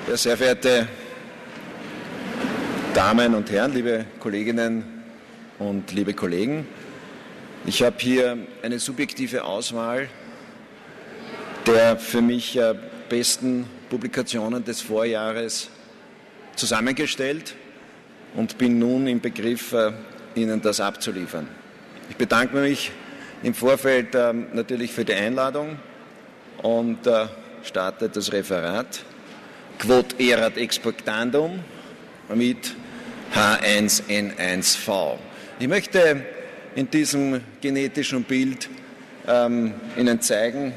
Ja, sehr verehrte Damen und Herren, liebe Kolleginnen und liebe Kollegen, ich habe hier eine subjektive Auswahl der für mich besten Publikationen des Vorjahres zusammengestellt und bin nun im Begriff, Ihnen das abzuliefern. Ich bedanke mich im Vorfeld natürlich für die Einladung und starte das Referat Quod erat expectandum mit H1N1V. Ich möchte in diesem genetischen Bild Ihnen zeigen,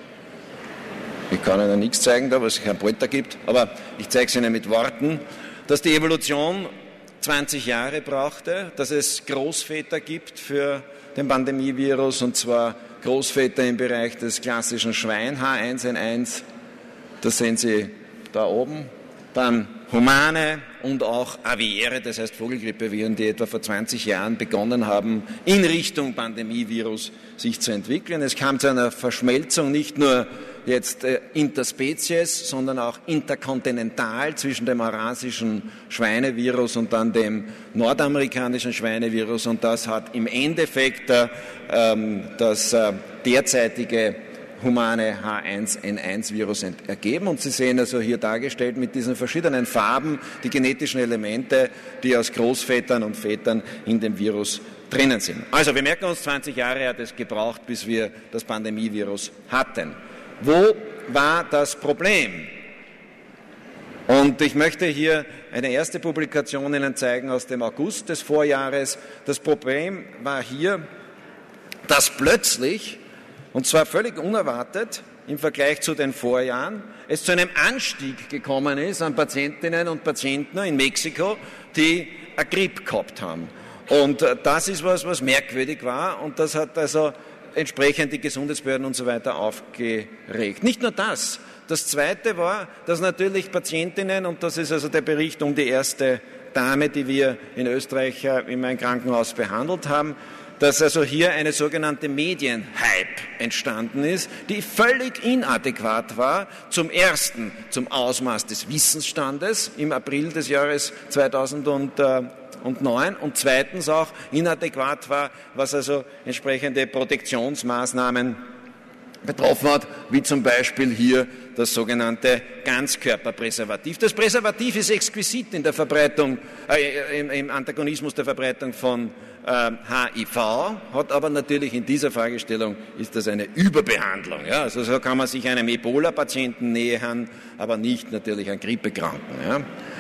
ich kann Ihnen nichts zeigen, da was es kein Polter gibt, aber ich zeige es Ihnen mit Worten, dass die Evolution 20 Jahre brauchte, dass es Großväter gibt für den Pandemievirus, und zwar Großväter im Bereich des klassischen Schwein, H1N1, das sehen Sie da oben, dann humane und auch aviäre, das heißt Vogelgrippeviren, die etwa vor 20 Jahren begonnen haben, in Richtung Pandemievirus sich zu entwickeln. Es kam zu einer Verschmelzung nicht nur jetzt interspezies, sondern auch interkontinental zwischen dem eurasischen Schweinevirus und dann dem nordamerikanischen Schweinevirus, und das hat im Endeffekt das derzeitige humane H1N1-Virus ergeben. Und Sie sehen also hier dargestellt mit diesen verschiedenen Farben die genetischen Elemente, die aus Großvätern und Vätern in dem Virus drinnen sind. Also wir merken uns, 20 Jahre hat es gebraucht, bis wir das Pandemievirus hatten. Wo war das Problem? Und ich möchte hier eine erste Publikation Ihnen zeigen aus dem August des Vorjahres. Das Problem war hier, dass plötzlich, und zwar völlig unerwartet im Vergleich zu den Vorjahren, es zu einem Anstieg gekommen ist an Patientinnen und Patienten in Mexiko, die eine Grippe gehabt haben. Und das ist was merkwürdig war, und das hat also entsprechend die Gesundheitsbehörden und so weiter aufgeregt. Nicht nur das. Das Zweite war, dass natürlich Patientinnen, und das ist also der Bericht um die erste Dame, die wir in Österreich in meinem Krankenhaus behandelt haben, dass also hier eine sogenannte Medienhype entstanden ist, die völlig inadäquat war, zum ersten zum Ausmaß des Wissensstandes im April des Jahres 2009 und zweitens auch inadäquat war, was also entsprechende Protektionsmaßnahmen betroffen hat, wie zum Beispiel hier das sogenannte Ganzkörperpräservativ. Das Präservativ ist exquisit in der Verbreitung, im Antagonismus der Verbreitung von HIV, hat aber natürlich in dieser Fragestellung ist das eine Überbehandlung. Ja? Also so kann man sich einem Ebola-Patienten nähern, aber nicht natürlich an Grippekranken. Ja?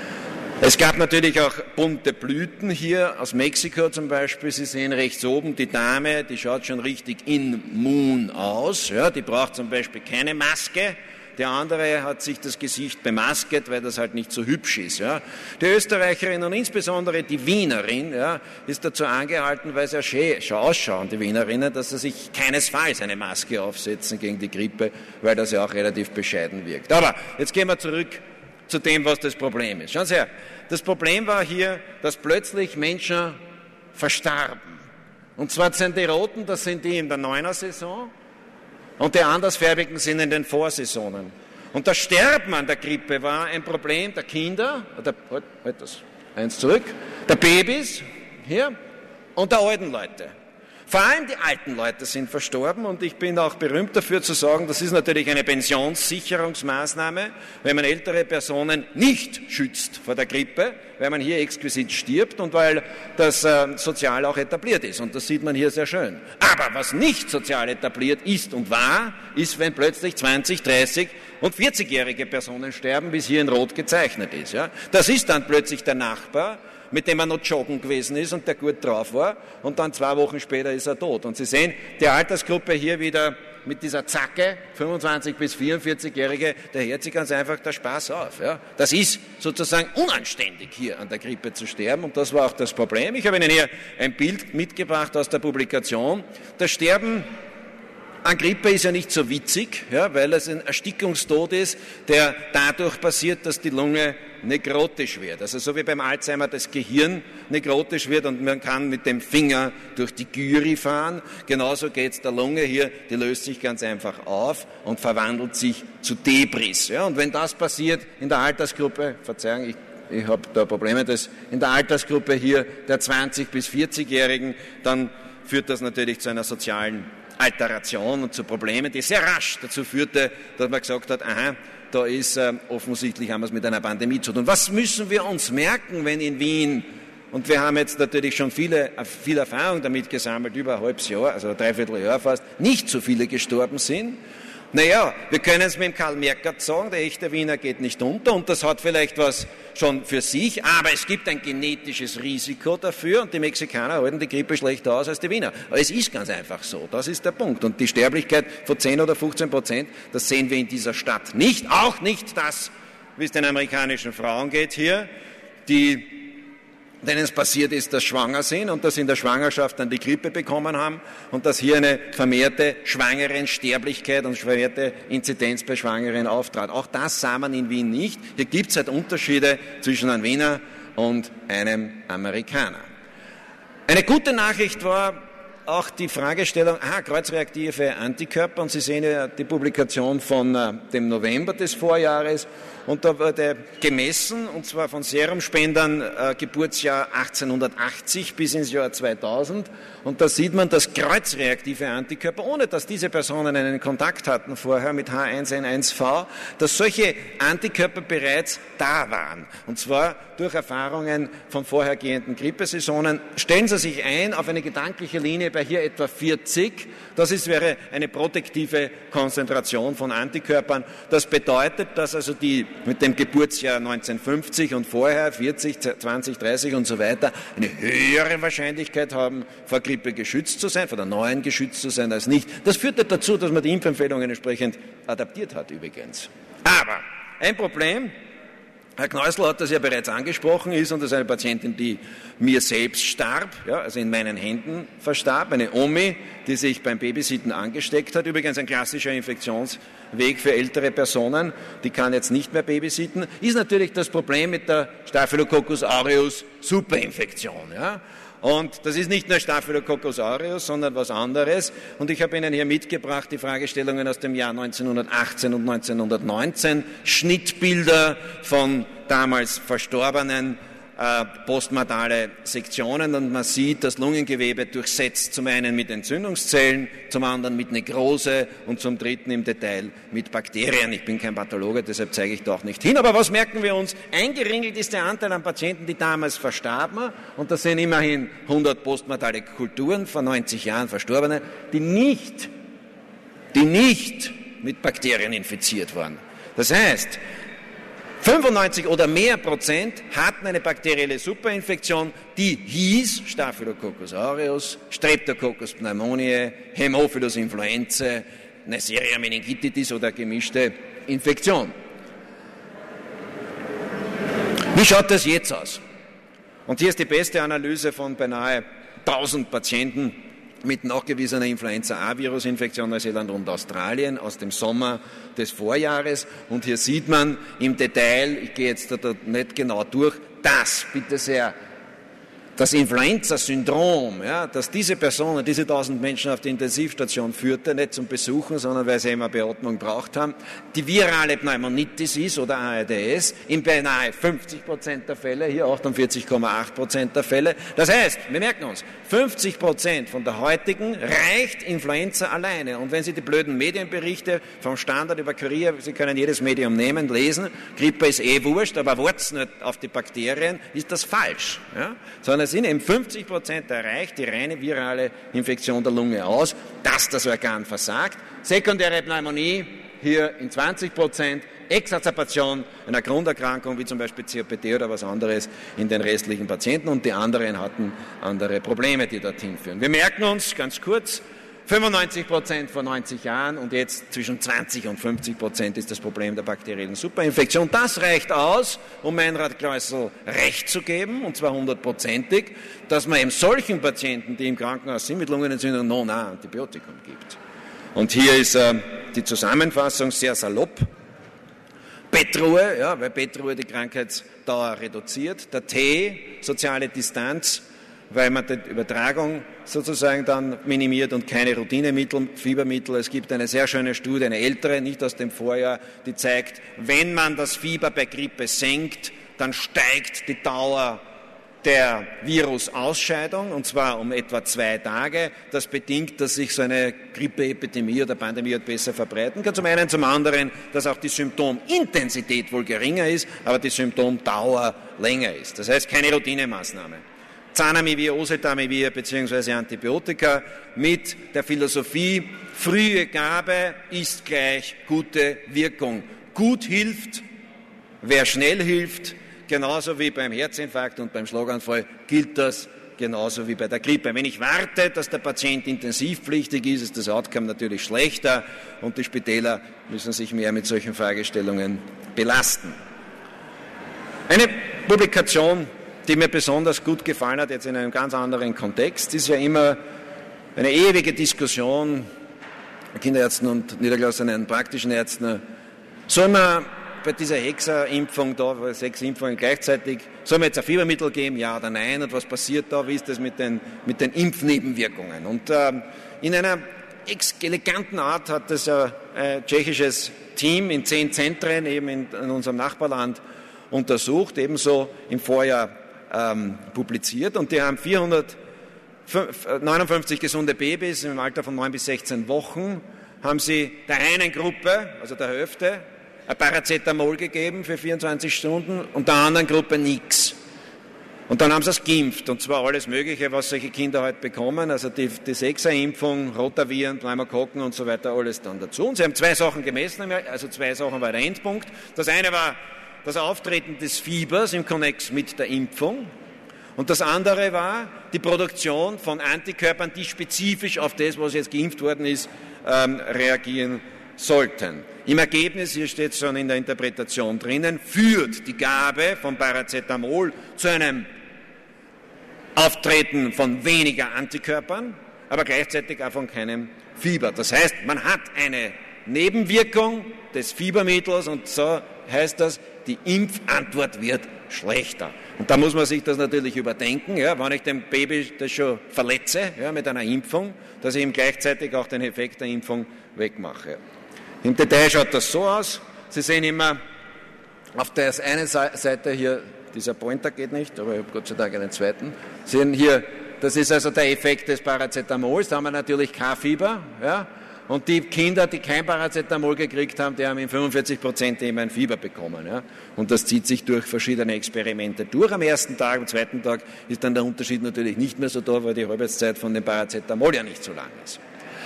Es gab natürlich auch bunte Blüten hier aus Mexiko zum Beispiel. Sie sehen rechts oben die Dame, die schaut schon richtig immun aus. Ja, die braucht zum Beispiel keine Maske. Der andere hat sich das Gesicht bemasket, weil das halt nicht so hübsch ist. Ja. Die Österreicherin und insbesondere die Wienerin ist dazu angehalten, weil sie ja ausschauen, die Wienerinnen, dass sie sich keinesfalls eine Maske aufsetzen gegen die Grippe, weil das ja auch relativ bescheiden wirkt. Aber jetzt gehen wir zurück zu dem, was das Problem ist. Schauen Sie her, das Problem war hier, dass plötzlich Menschen verstarben. Und zwar sind die Roten, das sind die in der Neuner-Saison, und die Andersfarbigen sind in den Vorsaisonen. Und das Sterben an der Grippe war ein Problem der Kinder, eins zurück, der Babys, hier, und der alten Leute. Vor allem die alten Leute sind verstorben, und ich bin auch berühmt dafür zu sagen, das ist natürlich eine Pensionssicherungsmaßnahme, wenn man ältere Personen nicht schützt vor der Grippe, weil man hier exquisit stirbt und weil das sozial auch etabliert ist. Und das sieht man hier sehr schön. Aber was nicht sozial etabliert ist und war, ist, wenn plötzlich 20, 30 und 40-jährige Personen sterben, wie es hier in Rot gezeichnet ist. Ja? Das ist dann plötzlich der Nachbar, mit dem er noch joggen gewesen ist und der gut drauf war, und dann 2 Wochen später ist er tot. Und Sie sehen, die Altersgruppe hier wieder mit dieser Zacke, 25- bis 44-Jährige, da hört sich ganz einfach der Spaß auf. Ja. Das ist sozusagen unanständig, hier an der Grippe zu sterben, und das war auch das Problem. Ich habe Ihnen hier ein Bild mitgebracht aus der Publikation. Da sterben an Grippe ist ja nicht so witzig, ja, weil es ein Erstickungstod ist, der dadurch passiert, dass die Lunge nekrotisch wird. Also so wie beim Alzheimer das Gehirn nekrotisch wird und man kann mit dem Finger durch die Gyri fahren, genauso geht es der Lunge hier, die löst sich ganz einfach auf und verwandelt sich zu Debris. Ja, und wenn das passiert in der Altersgruppe, Verzeihung, ich habe da Probleme, in der Altersgruppe hier der 20- bis 40-Jährigen, dann führt das natürlich zu einer sozialen Alteration und zu Problemen, die sehr rasch dazu führte, dass man gesagt hat, aha, da ist offensichtlich haben wir es mit einer Pandemie zu tun. Was müssen wir uns merken, wenn in Wien, und wir haben jetzt natürlich schon viel Erfahrung damit gesammelt, über ein halbes Jahr, also ein Dreivierteljahr fast, nicht so viele gestorben sind? Naja, wir können es mit dem Karl Merkert sagen, der echte Wiener geht nicht unter und das hat vielleicht was schon für sich, aber es gibt ein genetisches Risiko dafür und die Mexikaner halten die Grippe schlechter aus als die Wiener. Aber es ist ganz einfach so, das ist der Punkt. Und die Sterblichkeit von 10 oder 15%, das sehen wir in dieser Stadt nicht. Auch nicht das, wie es den amerikanischen Frauen geht hier, denen es passiert ist, dass schwanger sind und dass sie in der Schwangerschaft dann die Grippe bekommen haben und dass hier eine vermehrte Schwangerensterblichkeit und vermehrte Inzidenz bei Schwangeren auftrat. Auch das sah man in Wien nicht. Hier gibt es halt Unterschiede zwischen einem Wiener und einem Amerikaner. Eine gute Nachricht war auch die Fragestellung, kreuzreaktive Antikörper, und Sie sehen ja die Publikation von dem November des Vorjahres, und da wurde gemessen, und zwar von Serumspendern Geburtsjahr 1880 bis ins Jahr 2000, und da sieht man, dass kreuzreaktive Antikörper, ohne dass diese Personen einen Kontakt hatten vorher mit H1N1V, dass solche Antikörper bereits da waren, und zwar durch Erfahrungen von vorhergehenden Grippesaisonen. Stellen Sie sich ein auf eine gedankliche Linie bei hier etwa 40, das wäre eine protektive Konzentration von Antikörpern. Das bedeutet, dass also die mit dem Geburtsjahr 1950 und vorher 40, 20, 30 und so weiter eine höhere Wahrscheinlichkeit haben, vor Grippe geschützt zu sein, vor der neuen geschützt zu sein als nicht. Das führte dazu, dass man die Impfempfehlungen entsprechend adaptiert hat übrigens. Aber ein Problem, Herr Knäusl hat das ja bereits angesprochen, und das ist eine Patientin, die mir selbst starb, ja, also in meinen Händen verstarb, eine Omi, die sich beim Babysitten angesteckt hat, übrigens ein klassischer Infektionsweg für ältere Personen, die kann jetzt nicht mehr babysitten, ist natürlich das Problem mit der Staphylococcus aureus Superinfektion, ja. Und das ist nicht nur Staphylococcus aureus, sondern was anderes. Und ich habe Ihnen hier mitgebracht die Fragestellungen aus dem Jahr 1918 und 1919, Schnittbilder von damals Verstorbenen, postmortale Sektionen, und man sieht das Lungengewebe durchsetzt, zum einen mit Entzündungszellen, zum anderen mit Nekrose und zum dritten im Detail mit Bakterien. Ich bin kein Pathologe, deshalb zeige ich da auch nicht hin. Aber was merken wir uns? Eingeringelt ist der Anteil an Patienten, die damals verstarben, und das sind immerhin 100 postmortale Kulturen, vor 90 Jahren Verstorbene, die nicht mit Bakterien infiziert waren. Das heißt, 95 oder mehr Prozent hatten eine bakterielle Superinfektion, die hieß Staphylococcus aureus, Streptococcus pneumoniae, Hämophilus influenzae, Neisseria meningitidis oder gemischte Infektion. Wie schaut das jetzt aus? Und hier ist die beste Analyse von beinahe 1000 Patienten mit nachgewiesener Influenza-A-Virus-Infektion Neuseeland und Australien aus dem Sommer des Vorjahres. Und hier sieht man im Detail, ich gehe jetzt da nicht genau durch, bitte sehr, das Influenza-Syndrom, ja, dass diese Personen, diese 1000 Menschen auf die Intensivstation führte, nicht zum Besuchen, sondern weil sie immer Beatmung braucht haben, die virale Pneumonitis ist oder ARDS in beinahe 50% der Fälle, hier 48,8% der Fälle. Das heißt, wir merken uns, 50% von der heutigen reicht Influenza alleine. Und wenn Sie die blöden Medienberichte vom Standard über Kurier, Sie können jedes Medium nehmen, lesen, Grippe ist wurscht, aber wart's nicht auf die Bakterien, ist das falsch. Ja? Sondern es sind eben 50% erreicht die reine virale Infektion der Lunge aus, dass das Organ versagt. Sekundäre Pneumonie hier in 20%, Exacerbation einer Grunderkrankung wie zum Beispiel COPD oder was anderes in den restlichen Patienten, und die anderen hatten andere Probleme, die dorthin führen. Wir merken uns ganz kurz, 95% vor 90 Jahren und jetzt zwischen 20 und 50% ist das Problem der bakteriellen Superinfektion. Das reicht aus, um Meinrad Knäusl recht zu geben, und zwar 100%ig, dass man eben solchen Patienten, die im Krankenhaus sind mit Lungenentzündung, Antibiotikum gibt. Und hier ist die Zusammenfassung sehr salopp. Bettruhe, ja, weil Bettruhe die Krankheitsdauer reduziert. Der T, soziale Distanz, weil man die Übertragung sozusagen dann minimiert und keine Routinemittel, Fiebermittel. Es gibt eine sehr schöne Studie, eine ältere, nicht aus dem Vorjahr, die zeigt, wenn man das Fieber bei Grippe senkt, dann steigt die Dauer der Virusausscheidung, und zwar um etwa 2 Tage. Das bedingt, dass sich so eine Grippeepidemie oder Pandemie besser verbreiten kann. Zum einen, zum anderen, dass auch die Symptomintensität wohl geringer ist, aber die Symptomdauer länger ist. Das heißt, keine Routinemaßnahme. Zanamivir, Oseltamivir bzw. Antibiotika mit der Philosophie, frühe Gabe ist gleich gute Wirkung. Gut hilft, wer schnell hilft. Genauso wie beim Herzinfarkt und beim Schlaganfall gilt das genauso wie bei der Grippe. Wenn ich warte, dass der Patient intensivpflichtig ist, ist das Outcome natürlich schlechter und die Spitäler müssen sich mehr mit solchen Fragestellungen belasten. Eine Publikation, die mir besonders gut gefallen hat, jetzt in einem ganz anderen Kontext, ist ja immer eine ewige Diskussion bei Kinderärzten und niedergelassenen praktischen Ärzten. Soll man bei dieser Hexa-Impfung da, 6 Impfungen gleichzeitig, soll man jetzt ein Fiebermittel geben, ja oder nein? Und was passiert da? Wie ist das mit den Impfnebenwirkungen? Und in einer eleganten Art hat das ein tschechisches Team in 10 Zentren eben in unserem Nachbarland untersucht, ebenso im Vorjahr publiziert. Und die haben 459 gesunde Babys im Alter von 9 bis 16 Wochen, haben sie der einen Gruppe, also der Hälfte, ein Paracetamol gegeben für 24 Stunden und der anderen Gruppe nichts. Und dann haben sie es geimpft, und zwar alles Mögliche, was solche Kinder halt bekommen, also die 6er-Impfung, Rotaviren, Pneumokokken und so weiter, alles dann dazu. Und sie haben 2 Sachen gemessen, also 2 Sachen war der Endpunkt. Das eine war das Auftreten des Fiebers im Konnex mit der Impfung und das andere war die Produktion von Antikörpern, die spezifisch auf das, was jetzt geimpft worden ist, reagieren sollten. Im Ergebnis, hier steht es schon in der Interpretation drinnen, führt die Gabe von Paracetamol zu einem Auftreten von weniger Antikörpern, aber gleichzeitig auch von keinem Fieber. Das heißt, man hat eine Nebenwirkung des Fiebermittels und so heißt das, die Impfantwort wird schlechter. Und da muss man sich das natürlich überdenken, ja, wenn ich dem Baby das schon verletze, ja, mit einer Impfung, dass ich ihm gleichzeitig auch den Effekt der Impfung wegmache. Im Detail schaut das so aus. Sie sehen immer auf der einen Seite hier, dieser Pointer geht nicht, aber ich habe Gott sei Dank einen zweiten. Sie sehen hier, das ist also der Effekt des Paracetamols. Da haben wir natürlich kein Fieber. Ja? Und die Kinder, die kein Paracetamol gekriegt haben, die haben in 45% eben ein Fieber bekommen. Ja? Und das zieht sich durch verschiedene Experimente durch. Am ersten Tag, am zweiten Tag ist dann der Unterschied natürlich nicht mehr so da, weil die Halbwertszeit von dem Paracetamol ja nicht so lang ist.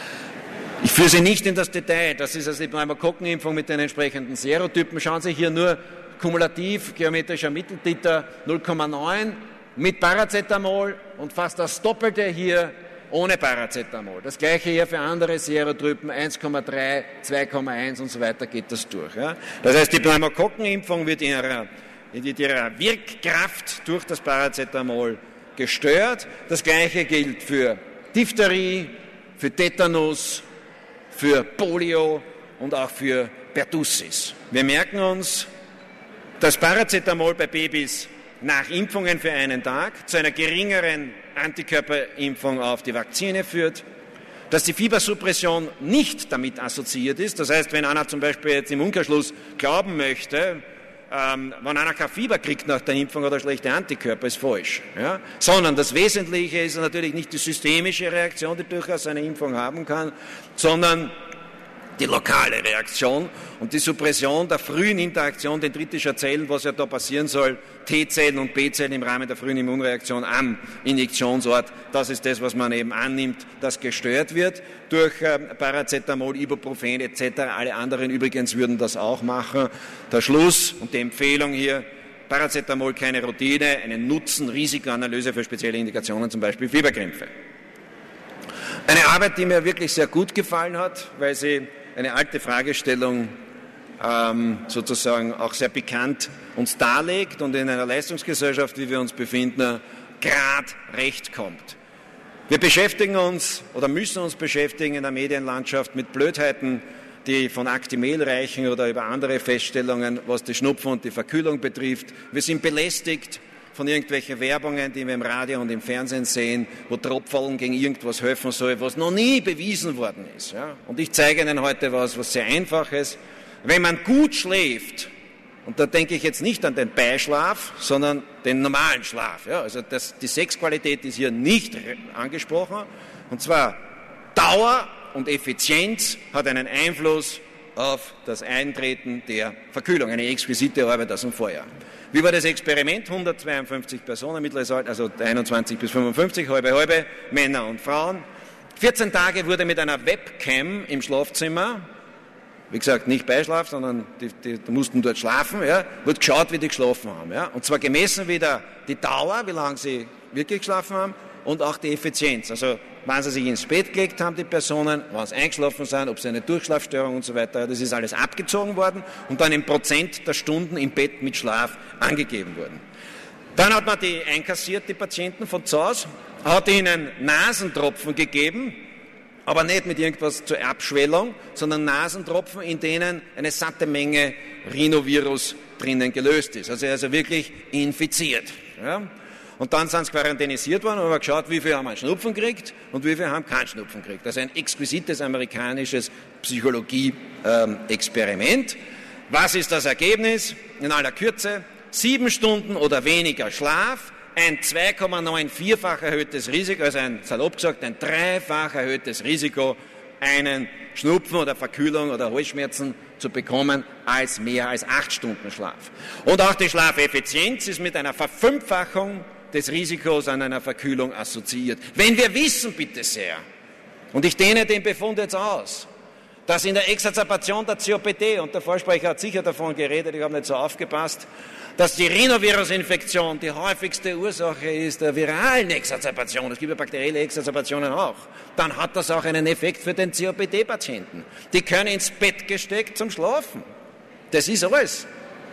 Ich führe Sie nicht in das Detail. Das ist also die Pneumokokkenimpfung mit den entsprechenden Serotypen. Schauen Sie hier nur kumulativ, geometrischer Mitteltiter 0,9 mit Paracetamol und fast das Doppelte hier ohne Paracetamol. Das gleiche hier für andere Serotypen, 1,3, 2,1 und so weiter geht das durch. Ja. Das heißt, die Pneumokokkenimpfung wird in ihrer Wirkkraft durch das Paracetamol gestört. Das gleiche gilt für Diphtherie, für Tetanus, für Polio und auch für Pertussis. Wir merken uns, dass Paracetamol bei Babys nach Impfungen für einen Tag zu einer geringeren Antikörperimpfung auf die Vakzine führt, dass die Fiebersuppression nicht damit assoziiert ist. Das heißt, wenn einer zum Beispiel jetzt im Umkehrschluss glauben möchte, wenn einer kein Fieber kriegt nach der Impfung oder schlechte Antikörper, ist falsch. Ja? Sondern das Wesentliche ist natürlich nicht die systemische Reaktion, die durchaus eine Impfung haben kann, sondern die lokale Reaktion und die Suppression der frühen Interaktion dendritischer Zellen, was ja da passieren soll, T-Zellen und B-Zellen im Rahmen der frühen Immunreaktion am Injektionsort. Das ist das, was man eben annimmt, das gestört wird durch Paracetamol, Ibuprofen etc. Alle anderen übrigens würden das auch machen. Der Schluss und die Empfehlung hier, Paracetamol keine Routine, eine Nutzen-Risikoanalyse für spezielle Indikationen, zum Beispiel Fieberkrämpfe. Eine Arbeit, die mir wirklich sehr gut gefallen hat, weil sie eine alte Fragestellung sozusagen auch sehr bekannt uns darlegt und in einer Leistungsgesellschaft, wie wir uns befinden, gerade recht kommt. Wir beschäftigen uns oder müssen uns beschäftigen in der Medienlandschaft mit Blödheiten, die von Actimel reichen oder über andere Feststellungen, was die Schnupfen und die Verkühlung betrifft. Wir sind belästigt von irgendwelchen Werbungen, die wir im Radio und im Fernsehen sehen, wo Tropferln gegen irgendwas helfen soll, was noch nie bewiesen worden ist. Ja? Und ich zeige Ihnen heute was sehr Einfaches. Wenn man gut schläft, und da denke ich jetzt nicht an den Beischlaf, sondern den normalen Schlaf. Ja? Also die Sexqualität ist hier nicht angesprochen. Und zwar Dauer und Effizienz hat einen Einfluss auf das Eintreten der Verkühlung. Eine exquisite Arbeit aus dem Vorjahr. Wie war das Experiment? 152 Personen, mittleres Alter, also 21 bis 55, halbe, Männer und Frauen. 14 Tage wurde mit einer Webcam im Schlafzimmer, wie gesagt, nicht Beischlaf, sondern die mussten dort schlafen, ja, wurde geschaut, wie die geschlafen haben. Ja, und zwar gemessen wieder die Dauer, wie lange sie wirklich geschlafen haben, und auch die Effizienz. Also, wann sie sich ins Bett gelegt haben, die Personen, wann sie eingeschlafen sind, ob sie eine Durchschlafstörung und so weiter, das ist alles abgezogen worden und dann im Prozent der Stunden im Bett mit Schlaf angegeben worden. Dann hat man die einkassiert, die Patienten von zu Hause, hat ihnen Nasentropfen gegeben, aber nicht mit irgendwas zur Abschwellung, sondern Nasentropfen, in denen eine satte Menge Rhinovirus drinnen gelöst ist. Also wirklich infiziert. Ja? Und dann sind sie quarantänisiert worden und haben geschaut, wie viele haben einen Schnupfen gekriegt und wie viele haben keinen Schnupfen gekriegt. Das ist ein exquisites amerikanisches Psychologie-Experiment. Was ist das Ergebnis? In aller Kürze: 7 Stunden oder weniger Schlaf, ein 2,94-fach erhöhtes Risiko, also salopp gesagt, ein 3-fach erhöhtes Risiko, einen Schnupfen oder Verkühlung oder Halsschmerzen zu bekommen, als mehr als 8 Stunden Schlaf. Und auch die Schlafeffizienz ist mit einer Verfünffachung des Risikos an einer Verkühlung assoziiert. Wenn wir wissen, bitte sehr, und ich dehne den Befund jetzt aus, dass in der Exacerbation der COPD, und der Vorsprecher hat sicher davon geredet, ich habe nicht so aufgepasst, dass die Rhinovirusinfektion die häufigste Ursache ist der viralen Exacerbation, es gibt ja bakterielle Exacerbationen auch, dann hat das auch einen Effekt für den COPD-Patienten. Die können ins Bett gesteckt zum Schlafen. Das ist alles.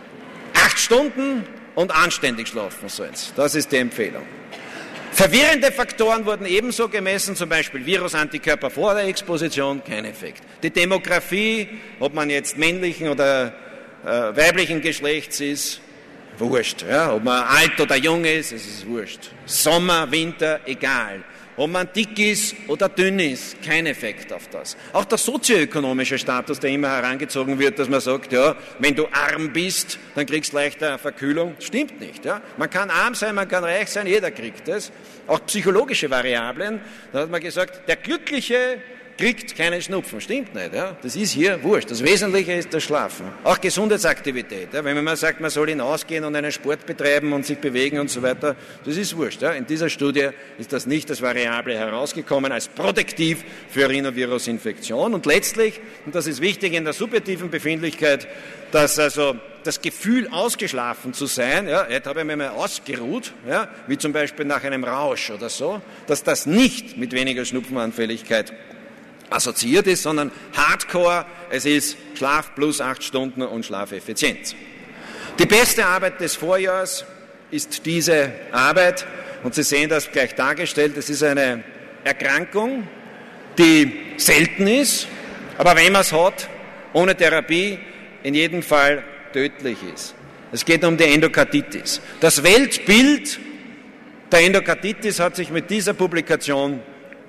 8 Stunden und anständig schlafen sollen. Das ist die Empfehlung. Verwirrende Faktoren wurden ebenso gemessen, zum Beispiel Virusantikörper vor der Exposition, kein Effekt. Die Demografie, ob man jetzt männlichen oder weiblichen Geschlechts ist, wurscht. Ja? Ob man alt oder jung ist, es ist wurscht. Sommer, Winter, egal. Ob man dick ist oder dünn ist, kein Effekt auf das. Auch der sozioökonomische Status, der immer herangezogen wird, dass man sagt, ja, wenn du arm bist, dann kriegst du leichter Verkühlung. Stimmt nicht. Ja? Man kann arm sein, man kann reich sein, jeder kriegt das. Auch psychologische Variablen. Da hat man gesagt, der Glückliche kriegt keinen Schnupfen. Stimmt nicht. Ja? Das ist hier wurscht. Das Wesentliche ist das Schlafen. Auch Gesundheitsaktivität. Ja? Wenn man mal sagt, man soll hinausgehen und einen Sport betreiben und sich bewegen und so weiter, das ist wurscht. Ja? In dieser Studie ist das nicht als Variable herausgekommen, als protektiv für Rhinovirusinfektion. Und letztlich, und das ist wichtig in der subjektiven Befindlichkeit, dass also das Gefühl, ausgeschlafen zu sein, ja, jetzt habe ich mich mal ausgeruht, ja, wie zum Beispiel nach einem Rausch oder so, dass das nicht mit weniger Schnupfenanfälligkeit assoziiert ist, sondern Hardcore, es ist Schlaf plus 8 Stunden und Schlafeffizienz. Die beste Arbeit des Vorjahres ist diese Arbeit, und Sie sehen das gleich dargestellt, es ist eine Erkrankung, die selten ist, aber wenn man es hat, ohne Therapie, in jedem Fall tödlich ist. Es geht um die Endokarditis. Das Weltbild der Endokarditis hat sich mit dieser Publikation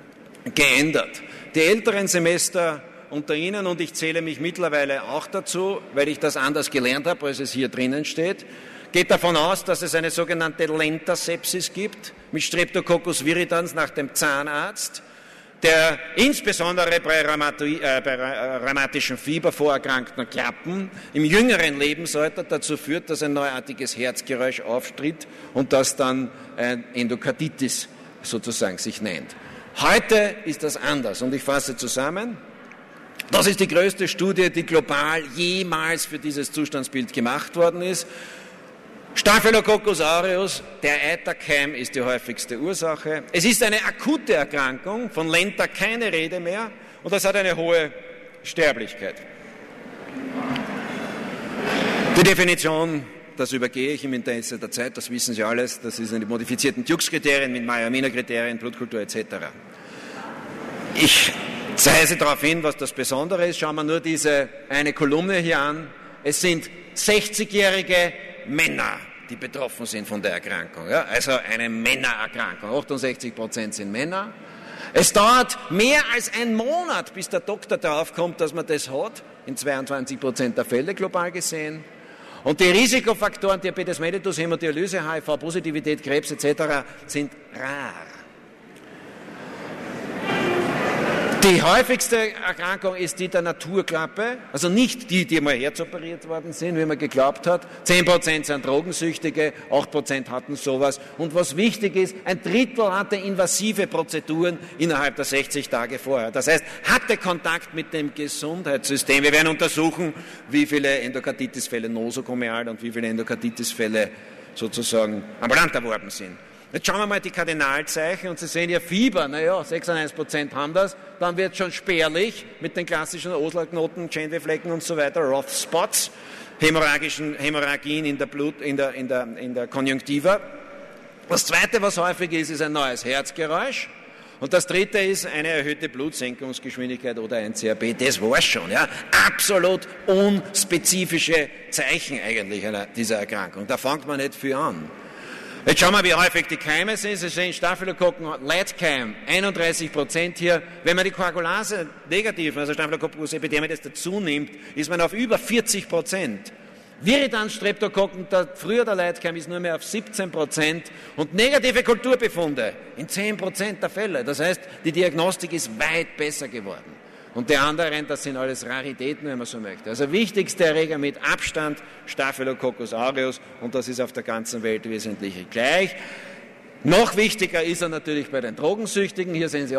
geändert. Die älteren Semester unter Ihnen, und ich zähle mich mittlerweile auch dazu, weil ich das anders gelernt habe, als es hier drinnen steht, geht davon aus, dass es eine sogenannte Lenta-Sepsis gibt, mit Streptococcus viridans nach dem Zahnarzt, der insbesondere bei rheumatischen Fieber vorerkrankten Klappen im jüngeren Lebensalter dazu führt, dass ein neuartiges Herzgeräusch auftritt und das dann ein Endokarditis sozusagen sich nennt. Heute ist das anders und ich fasse zusammen. Das ist die größte Studie, die global jemals für dieses Zustandsbild gemacht worden ist. Staphylococcus aureus, der Eiterkeim, ist die häufigste Ursache. Es ist eine akute Erkrankung, von Lenta keine Rede mehr, und das hat eine hohe Sterblichkeit. Die Definition, das übergehe ich im Interesse der Zeit, das wissen Sie alles, das sind die modifizierten Tux-Kriterien mit Mayer-Mina-Kriterien, Blutkultur etc. Ich weise darauf hin, was das Besondere ist. Schauen wir nur diese eine Kolumne hier an. Es sind 60-jährige Männer, die betroffen sind von der Erkrankung. Ja? Also eine Männererkrankung. 68% sind Männer. Es dauert mehr als einen Monat, bis der Doktor draufkommt, dass man das hat. In 22% der Fälle global gesehen. Und die Risikofaktoren, Diabetes mellitus, Hämodialyse, HIV-Positivität, Krebs etc. sind rar. Die häufigste Erkrankung ist die der Naturklappe, also nicht die mal herzoperiert worden sind, wie man geglaubt hat. 10% sind Drogensüchtige, 8% hatten sowas. Und was wichtig ist, ein Drittel hatte invasive Prozeduren innerhalb der 60 Tage vorher. Das heißt, hatte Kontakt mit dem Gesundheitssystem. Wir werden untersuchen, wie viele Endokarditisfälle nosokomial und wie viele Endokarditisfälle sozusagen ambulant erworben sind. Jetzt schauen wir mal die Kardinalzeichen und Sie sehen hier Fieber, 96% haben das, dann wird es schon spärlich mit den klassischen Oslerknoten, Janeway-Flecken und so weiter, Roth Spots, Hämorrhagien in der Konjunktiva. Das zweite, was häufig ist ein neues Herzgeräusch. Und das dritte ist eine erhöhte Blutsenkungsgeschwindigkeit oder ein CRP. Das war's schon, ja. Absolut unspezifische Zeichen eigentlich dieser Erkrankung. Da fängt man nicht viel an. Jetzt schauen wir, wie häufig die Keime sind. Sie sehen Staphylokokken, Leitkeim, 31% hier. Wenn man die Koagulase negativen, also Staphylococcus epidermidis dazu nimmt, ist man auf über 40%. Viridans Streptokokken, früher der Leitkeim, ist nur mehr auf 17% und negative Kulturbefunde in 10% der Fälle. Das heißt, die Diagnostik ist weit besser geworden. Und die anderen, das sind alles Raritäten, wenn man so möchte. Also wichtigste Erreger mit Abstand, Staphylococcus aureus, und das ist auf der ganzen Welt wesentlich gleich. Noch wichtiger ist er natürlich bei den Drogensüchtigen. Hier sehen Sie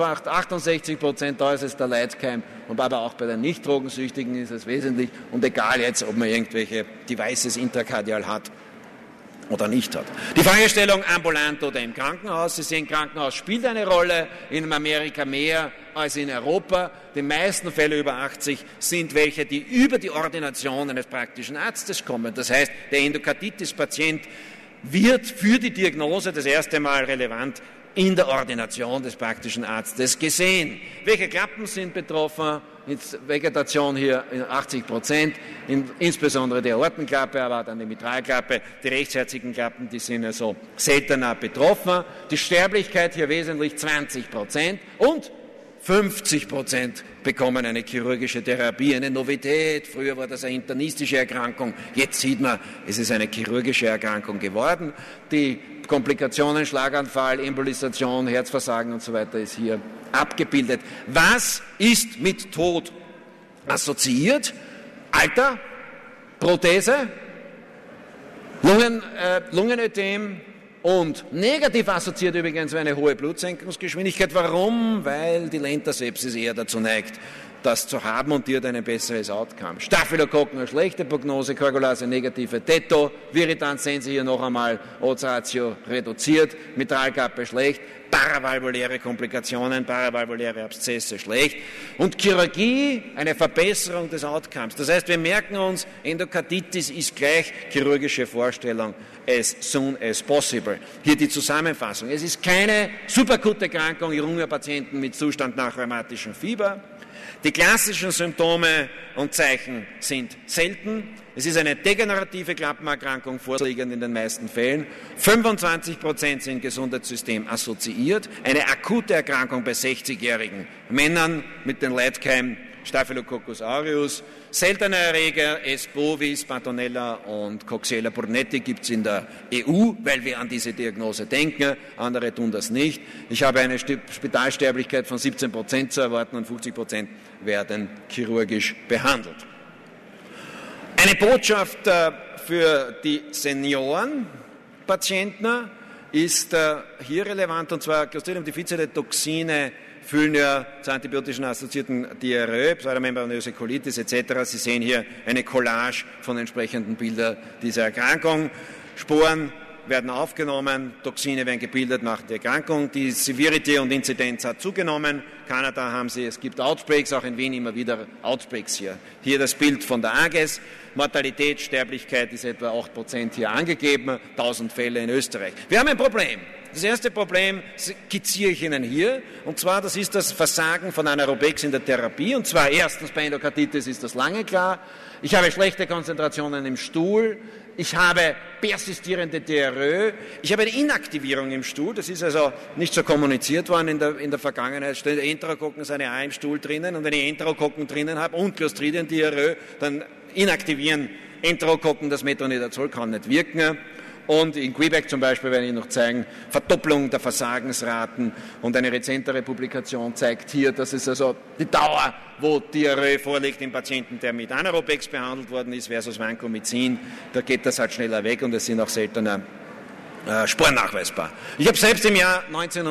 68%, da ist es der Leitkeim. Und aber auch bei den Nicht-Drogensüchtigen ist es wesentlich. Und egal jetzt, ob man irgendwelche Devices intrakardial hat oder nicht hat. Die Fragestellung ambulant oder im Krankenhaus. Sie sehen, Krankenhaus spielt eine Rolle, in Amerika mehr als in Europa. Die meisten Fälle über 80 sind welche, die über die Ordination eines praktischen Arztes kommen. Das heißt, der Endokarditis-Patient wird für die Diagnose das erste Mal relevant in der Ordination des praktischen Arztes gesehen. Welche Klappen sind betroffen? Vegetation hier 80%, insbesondere die Aortenklappe, aber dann die Mitralklappe, die rechtsherzigen Klappen, die sind also seltener betroffen. Die Sterblichkeit hier wesentlich 20% und 50% bekommen eine chirurgische Therapie, eine Novität. Früher war das eine internistische Erkrankung. Jetzt sieht man, es ist eine chirurgische Erkrankung geworden. Die Komplikationen, Schlaganfall, Embolisation, Herzversagen und so weiter ist hier abgebildet. Was ist mit Tod assoziiert? Alter, Prothese, Lungenödem, und negativ assoziiert übrigens eine hohe Blutsenkungsgeschwindigkeit. Warum? Weil die Lentersepsis eher dazu neigt, das zu haben, und die hat ein besseres Outcome. Staphylokokken, eine schlechte Prognose, Koagulase negative, Tetto, Viridans sehen Sie hier noch einmal, Odds-Ratio reduziert, Mitralkappe schlecht, paravalvuläre Komplikationen, paravalvuläre Abszesse schlecht und Chirurgie, eine Verbesserung des Outcomes. Das heißt, wir merken uns, Endokarditis ist gleich chirurgische Vorstellung as soon as possible. Hier die Zusammenfassung. Es ist keine superakute Erkrankung junger Patienten mit Zustand nach rheumatischem Fieber. Die klassischen Symptome und Zeichen sind selten. Es ist eine degenerative Klappenerkrankung vorliegend in den meisten Fällen. 25% sind Gesundheitssystem assoziiert. Eine akute Erkrankung bei 60-jährigen Männern mit den Leitkeim Staphylococcus aureus. Seltene Erreger, S. bovis, Bartonella und Coxiella burnetti gibt es in der EU, weil wir an diese Diagnose denken. Andere tun das nicht. Ich habe eine Spitalsterblichkeit von 17% zu erwarten und 50% werden chirurgisch behandelt. Eine Botschaft für die Seniorenpatienten ist hier relevant, und zwar Clostridium difficile Toxine führen ja zur antibiotischen assoziierten Diarrhoe, pseudomembranöse Colitis etc. Sie sehen hier eine Collage von entsprechenden Bildern dieser Erkrankung. Sporen werden aufgenommen, Toxine werden gebildet nach der Erkrankung. Die Severity und Inzidenz hat zugenommen. Kanada haben Sie, es gibt Outbreaks, auch in Wien immer wieder Outbreaks hier. Hier das Bild von der AGES. Mortalität, Sterblichkeit ist etwa 8% hier angegeben, 1000 Fälle in Österreich. Wir haben ein Problem. Das erste Problem skizziere ich Ihnen hier, und zwar, das ist das Versagen von Anaerobex in der Therapie, und zwar erstens bei Endokarditis ist das lange klar, ich habe schlechte Konzentrationen im Stuhl, ich habe persistierende Diarrhoe, ich habe eine Inaktivierung im Stuhl, das ist also nicht so kommuniziert worden in der Vergangenheit. Enterokokken sind ja auch im Stuhl drinnen, und wenn ich Enterokokken drinnen habe und Clostridium Diarrhoe, dann inaktivieren Enterokokken das Metronidazol, kann nicht wirken. Und in Quebec zum Beispiel werde ich noch zeigen, Verdopplung der Versagensraten, und eine rezentere Publikation zeigt hier, dass es also die Dauer, wo Diarrhoe vorliegt im Patienten, der mit Anaerobex behandelt worden ist, versus Vancomycin, da geht das halt schneller weg und es sind auch seltener Sporen nachweisbar. Ich habe selbst im Jahr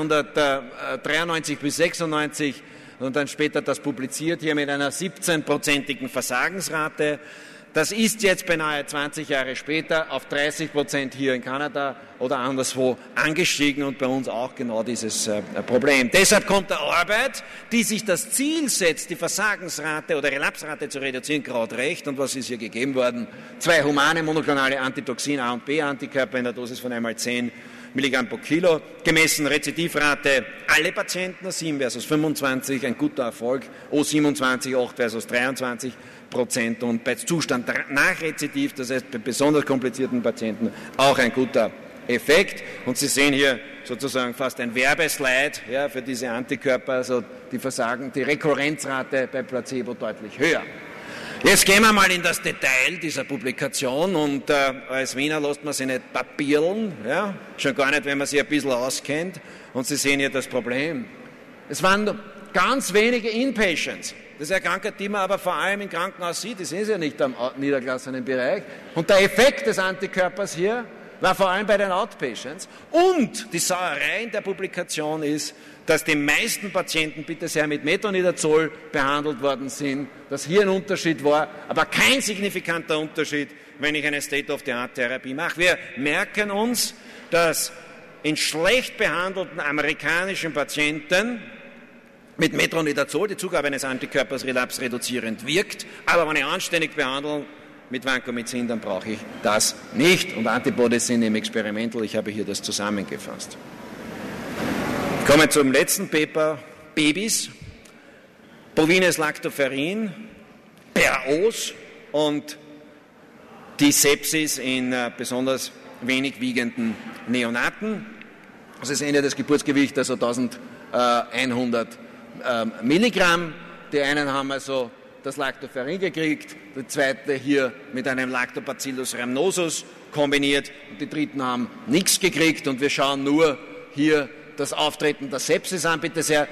1993 bis 96 und dann später das publiziert, hier mit einer 17%igen Versagensrate. Das ist jetzt beinahe 20 Jahre später auf 30% hier in Kanada oder anderswo angestiegen und bei uns auch genau dieses Problem. Deshalb kommt der Arbeit, die sich das Ziel setzt, die Versagensrate oder Relapsrate zu reduzieren, gerade recht. Und was ist hier gegeben worden? 2 humane monoklonale Antitoxin A und B Antikörper in der Dosis von einmal 10 Milligramm pro Kilo, gemessen Rezidivrate alle Patienten, 7 versus 25, ein guter Erfolg, O27, 8 versus 23%, und bei Zustand nach Rezidiv, das heißt bei besonders komplizierten Patienten, auch ein guter Effekt. Und Sie sehen hier sozusagen fast ein Werbeslide, ja, für diese Antikörper, also die Rekurrenzrate bei Placebo deutlich höher. Jetzt gehen wir mal in das Detail dieser Publikation, und als Wiener lässt man sich nicht papieren, ja? Schon gar nicht, wenn man sich ein bisschen auskennt, und Sie sehen hier das Problem. Es waren ganz wenige Inpatients. Das ist eine Krankheit, die man aber vor allem im Krankenhaus sieht, die sehen Sie ja nicht am niedergelassenen Bereich. Und der Effekt des Antikörpers hier war vor allem bei den Outpatients. Und die Sauerei in der Publikation ist, dass die meisten Patienten bitte sehr mit Metronidazol behandelt worden sind, dass hier ein Unterschied war, aber kein signifikanter Unterschied, wenn ich eine State-of-the-Art-Therapie mache. Wir merken uns, dass in schlecht behandelten amerikanischen Patienten mit Metronidazol die Zugabe eines Antikörpers relapsreduzierend wirkt, aber wenn ich anständig behandle mit Vancomycin, dann brauche ich das nicht. Und Antibodies sind im Experimental, ich habe hier das zusammengefasst. Ich komme zum letzten Paper, Babys, bovines Lactoferrin, PROs und die Sepsis in besonders wenig wiegenden Neonaten. Sie sehen ja das Geburtsgewicht, also 1100 Milligramm. Die einen haben also das Lactoferrin gekriegt, die zweite hier mit einem Lactobacillus rhamnosus kombiniert, und die dritten haben nichts gekriegt, und wir schauen nur hier das Auftreten der Sepsis an. Bitte sehr,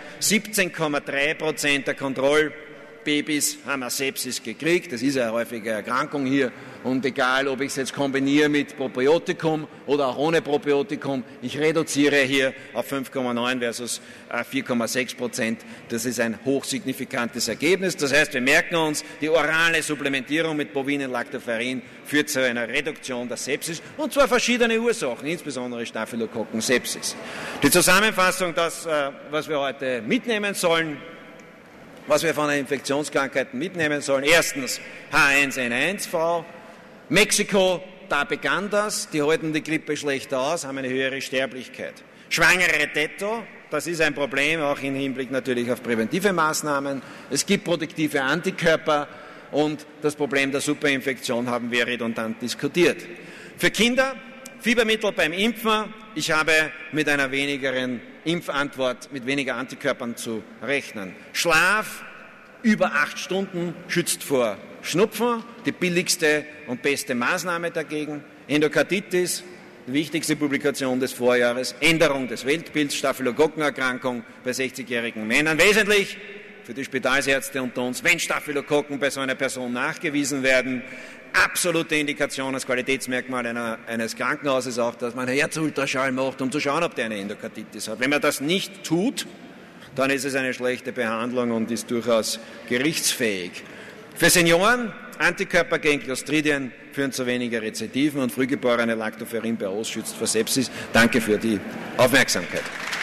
17,3% der Kontrollbabys haben eine Sepsis gekriegt. Das ist eine häufige Erkrankung hier. Und egal, ob ich es jetzt kombiniere mit Probiotikum oder auch ohne Probiotikum, ich reduziere hier auf 5,9 versus 4,6%. Das ist ein hochsignifikantes Ergebnis. Das heißt, wir merken uns, die orale Supplementierung mit bovinem Lactoferrin führt zu einer Reduktion der Sepsis, und zwar verschiedene Ursachen, insbesondere Staphylokokken-Sepsis. Die Zusammenfassung, das, was wir heute mitnehmen sollen, was wir von den Infektionskrankheiten mitnehmen sollen. Erstens H1N1V. Mexiko, da begann das, die halten die Grippe schlecht aus, haben eine höhere Sterblichkeit. Schwangere Tetto, das ist ein Problem, auch im Hinblick natürlich auf präventive Maßnahmen. Es gibt produktive Antikörper, und das Problem der Superinfektion haben wir redundant diskutiert. Für Kinder, Fiebermittel beim Impfen, ich habe mit einer wenigeren Impfantwort, mit weniger Antikörpern zu rechnen. Schlaf, über 8 Stunden, schützt vor Schnupfen, die billigste und beste Maßnahme dagegen. Endokarditis, die wichtigste Publikation des Vorjahres. Änderung des Weltbilds, Staphylokokkenerkrankung bei 60-jährigen Männern. Wesentlich für die Spitalsärzte unter uns, wenn Staphylokokken bei so einer Person nachgewiesen werden, absolute Indikation als Qualitätsmerkmal eines Krankenhauses auch, dass man einen Herzultraschall macht, um zu schauen, ob der eine Endokarditis hat. Wenn man das nicht tut, dann ist es eine schlechte Behandlung und ist durchaus gerichtsfähig. Für Senioren, Antikörper gegen Clostridien führen zu weniger Rezidiven, und frühgeborene Lactoferrin-PROs schützt vor Sepsis. Danke für die Aufmerksamkeit.